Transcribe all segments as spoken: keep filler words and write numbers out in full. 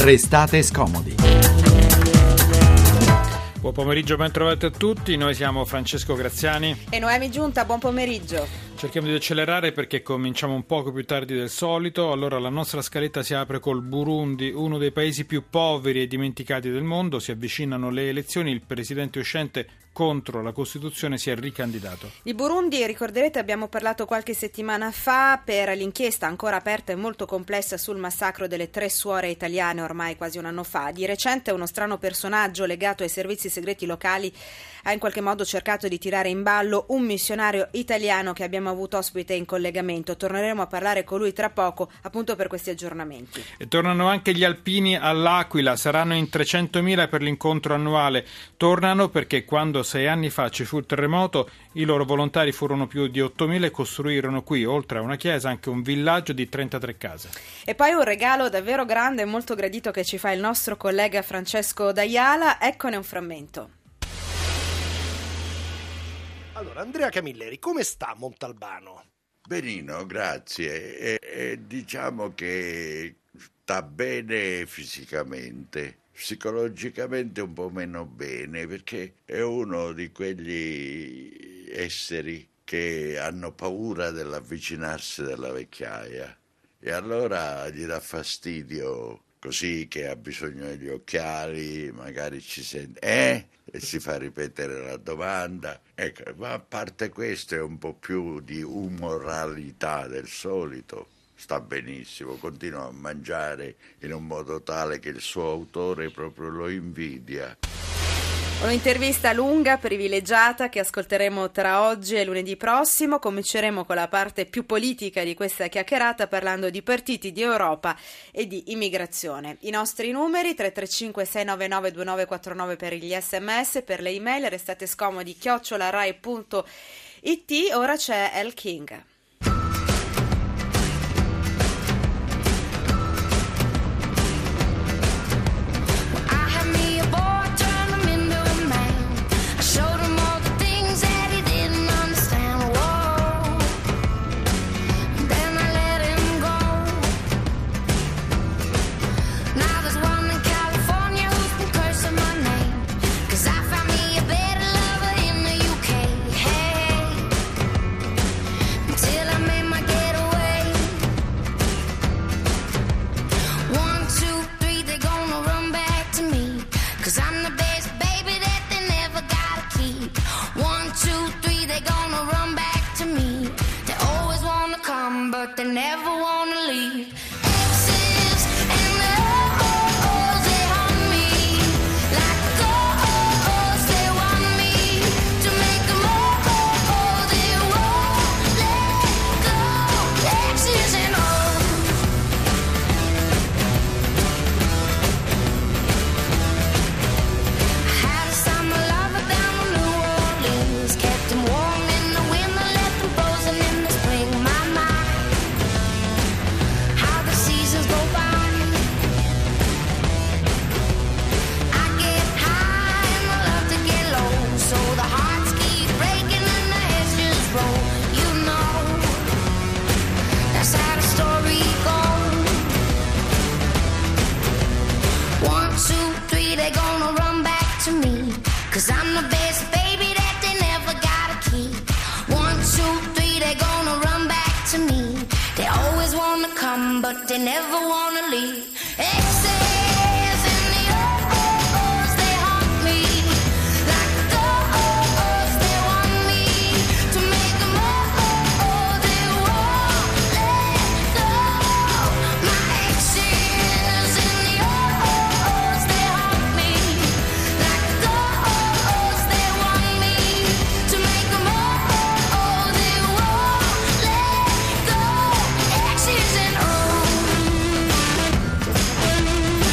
Restate scomodi. Buon pomeriggio, ben trovati a tutti. Noi siamo Francesco Graziani e Noemi Giunta. Buon pomeriggio. Cerchiamo di accelerare perché cominciamo un poco più tardi del solito. Allora la nostra scaletta si apre col Burundi, uno dei paesi più poveri e dimenticati del mondo. Si avvicinano le elezioni, il presidente uscente contro la Costituzione si è ricandidato. Di Burundi, ricorderete, abbiamo parlato qualche settimana fa per l'inchiesta ancora aperta e molto complessa sul massacro delle tre suore italiane ormai quasi un anno fa. Di recente uno strano personaggio legato ai servizi segreti locali ha in qualche modo cercato di tirare in ballo un missionario italiano che abbiamo avuto ospite in collegamento. Torneremo a parlare con lui tra poco appunto per questi aggiornamenti. E tornano anche gli alpini all'Aquila, saranno in trecentomila per l'incontro annuale. Tornano perché quando sei anni fa ci fu il terremoto i loro volontari furono più di ottomila e costruirono qui, oltre a una chiesa, anche un villaggio di trentatré case. E poi un regalo davvero grande e molto gradito che ci fa il nostro collega Francesco D'Aiala, eccone un frammento. Allora, Andrea Camilleri, come sta Montalbano? Benino, grazie. E, e diciamo che sta bene fisicamente, psicologicamente un po' meno bene, perché è uno di quegli esseri che hanno paura dell'avvicinarsi della vecchiaia e allora gli dà fastidio, così che ha bisogno degli occhiali, magari ci sente eh? e si fa ripetere la domanda. Ecco, ma a parte questo è un po' più di umoralità del solito. Sta benissimo, continua a mangiare in un modo tale che il suo autore proprio lo invidia. Un'intervista lunga, privilegiata, che ascolteremo tra oggi e lunedì prossimo. Cominceremo con la parte più politica di questa chiacchierata parlando di partiti, di Europa e di immigrazione. I nostri numeri tre tre cinque sei nove nove due nove quattro nove per gli sms, per le email restate scomodi chiocciola rai punto it. Ora c'è El King. But they never wanna leave. Cause I'm the best baby that they never gotta keep. One, two, three, they're gonna run back to me. They always wanna come, but they never wanna leave. Exes and the O's, they haunt me. Like the O's, they want me to make them oh, they won't let go. My exes and the O's, they haunt me. Like the Exes and O's.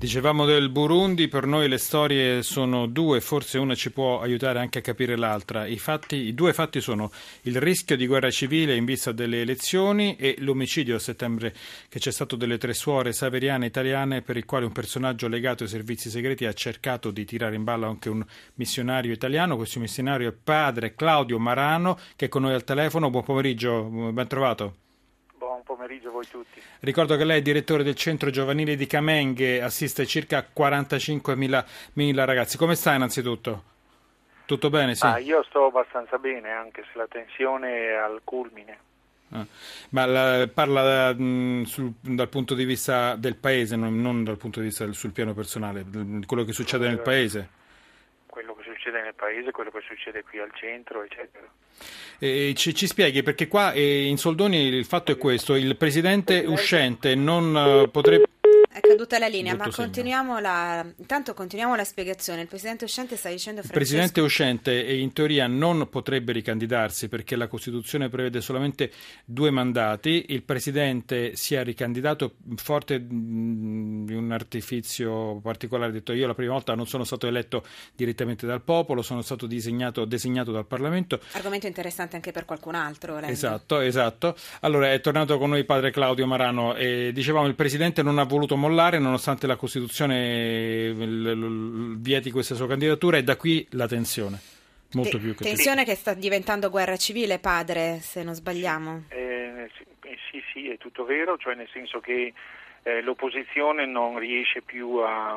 Dicevamo del Burundi, per noi le storie sono due, forse una ci può aiutare anche a capire l'altra. I fatti, i due fatti sono il rischio di guerra civile in vista delle elezioni e l'omicidio a settembre che c'è stato delle tre suore saveriane italiane, per il quale un personaggio legato ai servizi segreti ha cercato di tirare in ballo anche un missionario italiano. Questo missionario è padre Claudio Marano, che è con noi al telefono. Buon pomeriggio, ben trovato. Buon pomeriggio a voi tutti. Ricordo che lei è direttore del centro giovanile di Kamenge, assiste circa quarantacinquemila ragazzi. Come sta innanzitutto? Tutto bene? Sì. Ah, io sto abbastanza bene, anche se la tensione è al culmine. Ah. Ma la, parla mh, sul, dal punto di vista del paese, non, non dal punto di vista del, sul piano personale, di quello che succede nel paese? Quello che succede nel paese, quello che succede qui al centro, eccetera. Eh, ci, ci spieghi, perché qua eh, in soldoni il fatto è questo: il presidente uscente non uh, potrebbe... È caduta la linea, Brutto ma segno. continuiamo la... intanto continuiamo la spiegazione. Il presidente uscente sta dicendo Il Francesco... presidente uscente eh, in teoria non potrebbe ricandidarsi perché la Costituzione prevede solamente due mandati. Il presidente si è ricandidato forte mh, di un artifizio particolare. Ha detto: io la prima volta non sono stato eletto direttamente dal popolo, sono stato disegnato, designato dal Parlamento. Argomento interessante anche per qualcun altro. Renzo. Esatto, esatto. Allora è tornato con noi padre Claudio Marano e dicevamo il presidente non ha voluto mollare nonostante la Costituzione l- l- vieti questa sua candidatura, e da qui la tensione. Molto Te- più che tensione che sta diventando guerra civile, padre, se non sbagliamo. Eh, sì, eh, sì, sì, è tutto vero, cioè nel senso che eh, l'opposizione non riesce più a,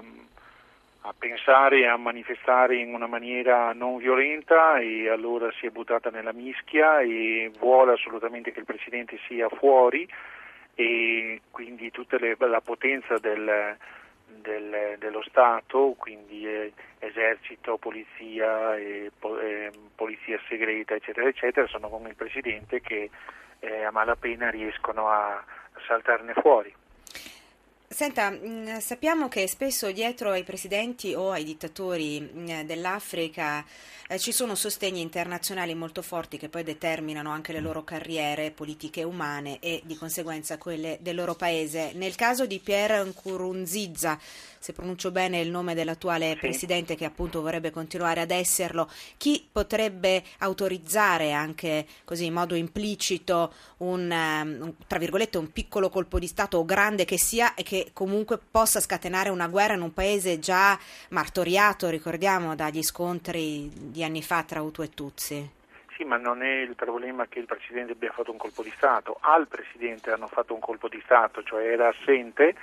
a pensare e a manifestare in una maniera non violenta, e allora si è buttata nella mischia e vuole assolutamente che il presidente sia fuori, e quindi tutta le, la potenza del, del, dello Stato, quindi eh, esercito, polizia, e, po, eh, polizia segreta, eccetera, eccetera, sono con il presidente che eh, a malapena riescono a, a saltarne fuori. Senta, mh, sappiamo che spesso dietro ai presidenti o ai dittatori mh, dell'Africa eh, ci sono sostegni internazionali molto forti che poi determinano anche le loro carriere politiche e umane e di conseguenza quelle del loro paese. Nel caso di Pierre Nkurunziza, se pronuncio bene il nome dell'attuale sì. presidente che appunto vorrebbe continuare ad esserlo, chi potrebbe autorizzare anche così in modo implicito un, um, tra virgolette, un piccolo colpo di Stato o grande che sia e che comunque possa scatenare una guerra in un paese già martoriato, ricordiamo, dagli scontri di anni fa tra Hutu e Tutsi? Sì, ma non è il problema che il Presidente abbia fatto un colpo di Stato. Al Presidente hanno fatto un colpo di Stato, cioè era assente,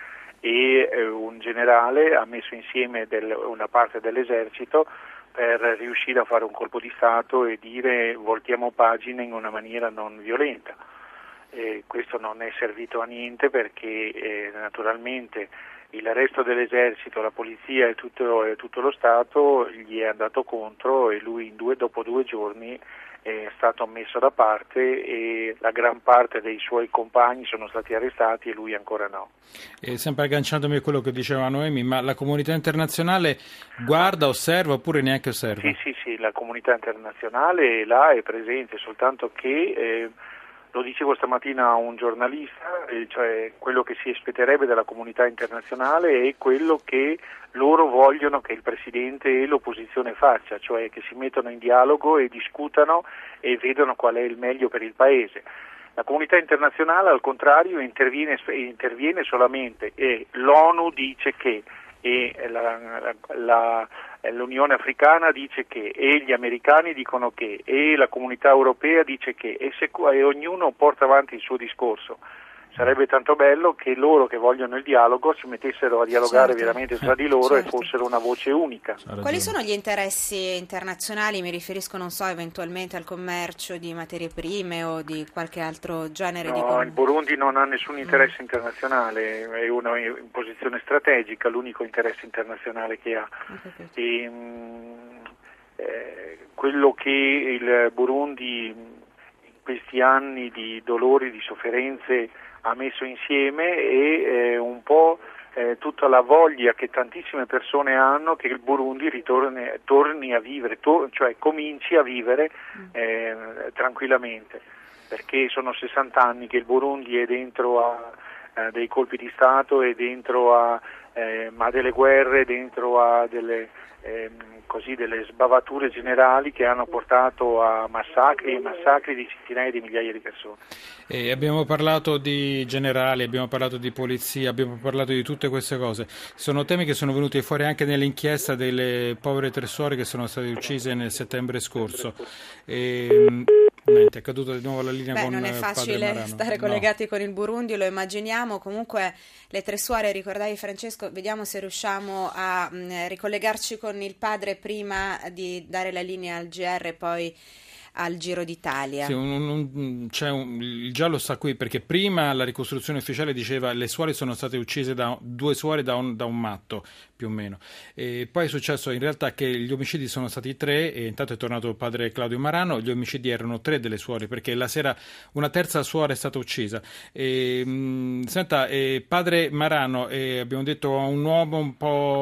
e eh, un generale ha messo insieme del, una parte dell'esercito per riuscire a fare un colpo di Stato e dire voltiamo pagina in una maniera non violenta. Eh, questo non è servito a niente perché eh, naturalmente il resto dell'esercito, la polizia e tutto, e tutto lo Stato gli è andato contro, e lui in due, dopo due giorni è stato messo da parte e la gran parte dei suoi compagni sono stati arrestati e lui ancora no. E sempre agganciandomi a quello che diceva Noemi, ma la comunità internazionale guarda, osserva oppure neanche osserva? Sì, sì, sì, la comunità internazionale è là, è presente, soltanto che eh, lo dicevo stamattina a un giornalista, eh, cioè quello che si aspetterebbe dalla comunità internazionale è quello che loro vogliono che il Presidente e l'opposizione faccia, cioè che si mettano in dialogo e discutano e vedano qual è il meglio per il Paese. La comunità internazionale al contrario interviene, interviene solamente, e l'ONU dice che, e la, la, la, l'Unione Africana dice che, e gli americani dicono che, e la comunità europea dice che, e, se, e ognuno porta avanti il suo discorso. Sarebbe tanto bello che loro che vogliono il dialogo si mettessero a dialogare certo. veramente tra di loro certo. e fossero una voce unica. Quali sono gli interessi internazionali? Mi riferisco, non so, eventualmente al commercio di materie prime o di qualche altro genere no, di... No, il Burundi non ha nessun interesse mm. internazionale, è una in posizione strategica, l'unico interesse internazionale che ha. Okay. E, mh, eh, quello che il Burundi in questi anni di dolori, di sofferenze ha messo insieme e eh, un po' eh, tutta la voglia che tantissime persone hanno che il Burundi ritorni torni a vivere, to- cioè cominci a vivere eh, tranquillamente, perché sono sessanta anni che il Burundi è dentro a, eh, dei colpi di Stato e dentro a, eh, a delle guerre, dentro a delle, eh, così, delle sbavature generali che hanno portato a massacri e massacri di centinaia di migliaia di persone. E abbiamo parlato di generali, abbiamo parlato di polizia, abbiamo parlato di tutte queste cose. Sono temi che sono venuti fuori anche nell'inchiesta delle povere tre suore che sono state uccise nel settembre scorso. E, niente, è caduta di nuovo la linea. Beh, con non è facile stare collegati no. con il Burundi, lo immaginiamo. Comunque le tre suore, ricordavi Francesco, vediamo se riusciamo a mh, ricollegarci con il padre prima di dare la linea al G R e poi al Giro d'Italia. Sì, un, un, c'è un, il giallo sta qui perché prima la ricostruzione ufficiale diceva le suore sono state uccise da due suore da un, da un matto più o meno, e poi è successo in realtà che gli omicidi sono stati tre e intanto è tornato il padre Claudio Marano. Gli omicidi erano tre delle suore perché la sera una terza suora è stata uccisa. E, mh, senta, eh, padre Marano, eh, abbiamo detto un uomo un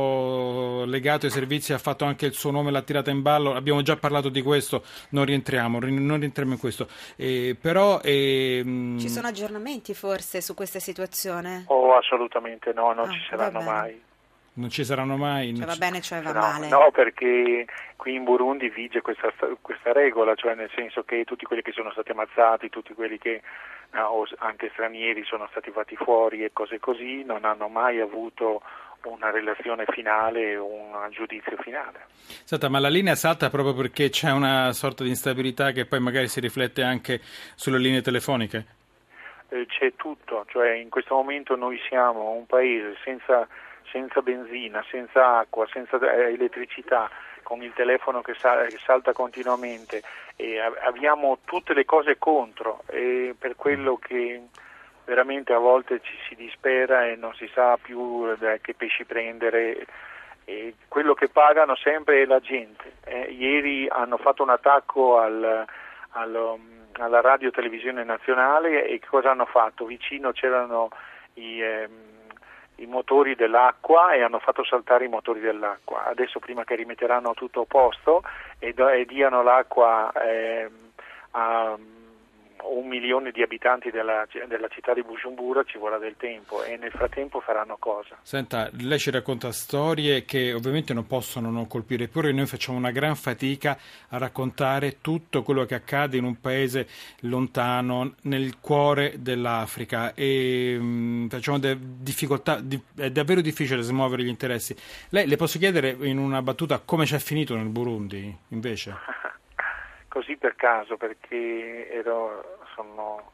po' legato ai servizi, ha fatto anche il suo nome, l'ha tirata in ballo, abbiamo già parlato di questo, non rientriamo non rientriamo in questo, eh, però eh, ci sono aggiornamenti forse su questa situazione? Oh, assolutamente no, non ah, ci saranno mai. Non ci saranno mai. Cioè va ci... bene, cioè va no, male. No, perché qui in Burundi vige questa, questa regola, cioè nel senso che tutti quelli che sono stati ammazzati, tutti quelli che no, anche stranieri sono stati fatti fuori e cose così, non hanno mai avuto una relazione finale o un giudizio finale. Senta, ma la linea salta proprio perché c'è una sorta di instabilità che poi magari si riflette anche sulle linee telefoniche? Eh, c'è tutto, cioè in questo momento noi siamo un paese senza, senza benzina, senza acqua, senza elettricità, con il telefono che, sal- che salta continuamente e a- abbiamo tutte le cose contro, e per quello che veramente a volte ci si dispera e non si sa più eh, che pesci prendere, e quello che pagano sempre è la gente. Eh, ieri hanno fatto un attacco al, al, alla radio televisione nazionale e cosa hanno fatto? Vicino c'erano i, eh, i motori dell'acqua e hanno fatto saltare i motori dell'acqua. Adesso prima che rimetteranno tutto a posto e, e diano l'acqua eh, a un milione di abitanti della, della città di Bujumbura ci vorrà del tempo e nel frattempo faranno cosa? Senta, lei ci racconta storie che ovviamente non possono non colpire, eppure noi facciamo una gran fatica a raccontare tutto quello che accade in un paese lontano, nel cuore dell'Africa, e mh, facciamo de- difficoltà, di- è davvero difficile smuovere gli interessi. Lei, le posso chiedere in una battuta come c'è finito nel Burundi invece? Così per caso, perché ero, sono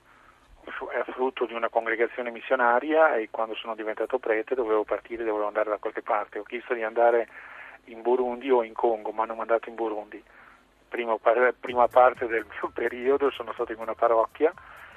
è frutto di una congregazione missionaria e quando sono diventato prete dovevo partire, dovevo andare da qualche parte. Ho chiesto di andare in Burundi o in Congo, ma hanno mandato in Burundi. Prima, prima parte del mio periodo sono stato in una parrocchia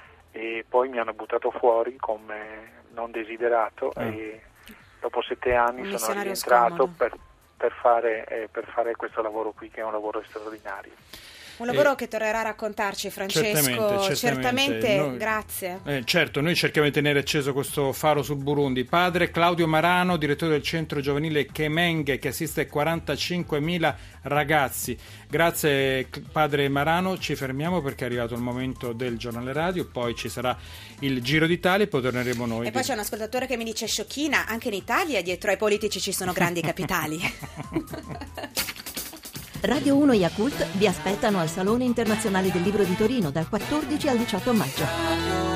e poi mi hanno buttato fuori come non desiderato ah. e dopo sette anni sono rientrato per, per, fare, eh, per fare questo lavoro qui, che è un lavoro straordinario. Un lavoro eh, che tornerà a raccontarci, Francesco, certamente, certamente. certamente noi, grazie. Eh, certo, noi cerchiamo di tenere acceso questo faro sul Burundi. Padre Claudio Marano, direttore del centro giovanile Kemenge, che assiste quarantacinquemila ragazzi. Grazie padre Marano, ci fermiamo perché è arrivato il momento del giornale radio, poi ci sarà il Giro d'Italia e poi torneremo noi. E poi c'è un ascoltatore che mi dice: sciocchina, anche in Italia dietro ai politici ci sono grandi capitali. Radio uno e Yakult vi aspettano al Salone Internazionale del Libro di Torino dal quattordici al diciotto maggio.